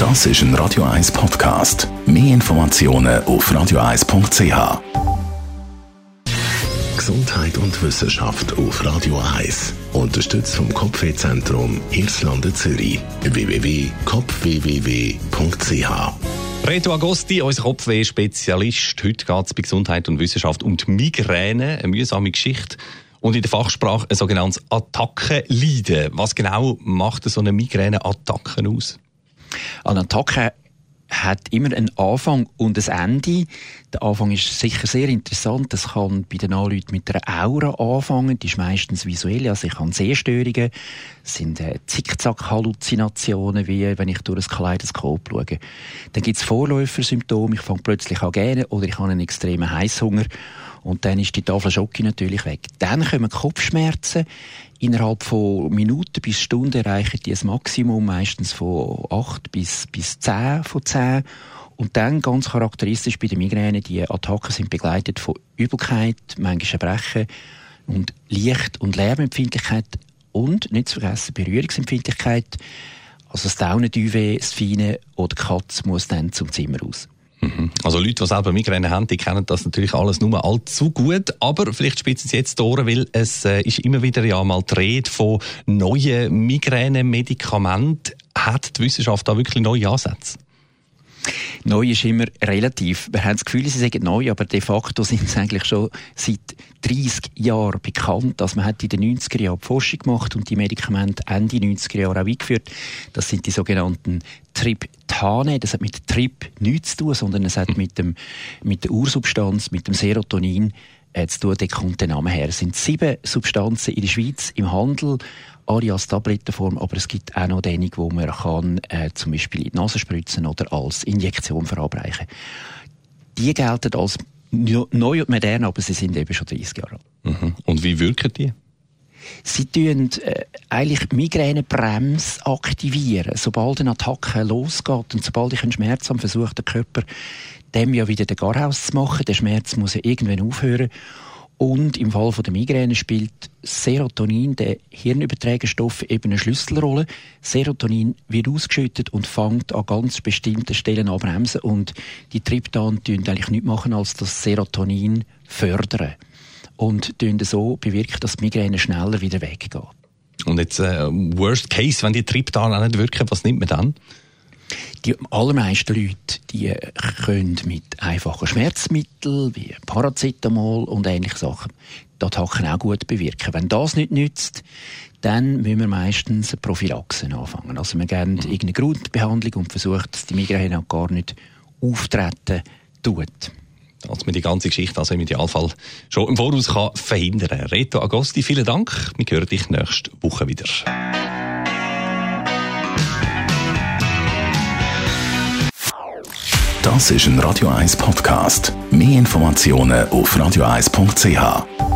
Das ist ein Radio 1 Podcast. Mehr Informationen auf radio1.ch. Gesundheit und Wissenschaft auf Radio 1. Unterstützt vom Kopfwehzentrum Irlande Zürich. www.kopfwww.ch. Reto Agosti, unser Kopfweh-Spezialist. Heute geht es bei Gesundheit und Wissenschaft um die Migräne, eine mühsame Geschichte. Und in der Fachsprache ein sogenanntes Attackenleiden. Was genau macht so eine Migräne-Attacke aus? Eine Attacke hat immer einen Anfang und ein Ende. Der Anfang ist sicher sehr interessant. Das kann bei den Leuten mit einer Aura anfangen. Die ist meistens visuell. Also ich habe Sehstörungen. Das sind Zickzack-Halluzinationen, wie wenn ich durch ein Kaleidoskop schaue. Dann gibt es Vorläufersymptome. Ich fange plötzlich an gähnen oder ich habe einen extremen Heisshunger. Und dann ist die Tafel Schoki natürlich weg. Dann kommen Kopfschmerzen. Innerhalb von Minuten bis Stunden erreichen die ein Maximum, meistens von 8 bis 10 von 10. Und dann, ganz charakteristisch bei der Migräne, die Attacken sind begleitet von Übelkeit, manchmal Erbrechen und Licht- und Lärmempfindlichkeit und, nicht zu vergessen, Berührungsempfindlichkeit. Also das Daunenduvet, das Feine oder die Katze muss dann zum Zimmer raus. Also Leute, die selber Migräne haben, die kennen das natürlich alles nur allzu gut. Aber vielleicht spitzen sie jetzt die Ohren, weil es ist immer wieder ja mal die Rede von neuen Migräne-Medikamenten. Hat die Wissenschaft da wirklich neue Ansätze? Neu ist immer relativ. Wir haben das Gefühl, sie sind neu, aber de facto sind sie eigentlich schon seit 30 Jahren bekannt. Also man hat in den 90er Jahren die Forschung gemacht und die Medikamente Ende 90er Jahre auch eingeführt. Das sind die sogenannten Triptane. Das hat mit Trip nichts zu tun, sondern es hat mit der Ursubstanz, mit dem Serotonin zu tun. Da kommt der Name her. Es sind 7 Substanzen in der Schweiz im Handel, alle als Tablettenform, aber es gibt auch noch die, die man kann, zum Beispiel in die Nase spritzen oder als Injektion verabreichen. Die gelten als neu und modern, aber sie sind eben schon 30 Jahre alt. Und wie wirken die? Sie tun eigentlich Migränebremse aktivieren. Sobald eine Attacke losgeht und sobald ich einen Schmerz habe, versucht der Körper, dem ja wieder den Garaus zu machen. Der Schmerz muss ja irgendwann aufhören. Und im Fall der Migräne spielt Serotonin, der Hirnüberträgerstoff, eben eine Schlüsselrolle. Serotonin wird ausgeschüttet und fängt an ganz bestimmten Stellen an bremsen. Und die Triptane tun eigentlich nichts machen, als das Serotonin fördern. Und so bewirken, dass die Migräne schneller wieder weggeht. Und jetzt, worst case, wenn die Triptane auch nicht wirken, was nimmt man dann? Die allermeisten Leute, die können mit einfachen Schmerzmitteln wie Paracetamol und ähnliche Sachen die Attacken auch gut bewirken. Wenn das nicht nützt, dann müssen wir meistens Prophylaxe anfangen. Also wir geben irgendeine Grundbehandlung und versuchen, dass die Migräne auch gar nicht auftreten tut. Dass man die ganze Geschichte also im Idealfall schon im Voraus kann verhindern kann. Reto Agosti, vielen Dank. Wir hören dich nächste Woche wieder. Das ist ein Radio 1 Podcast. Mehr Informationen auf radio1.ch.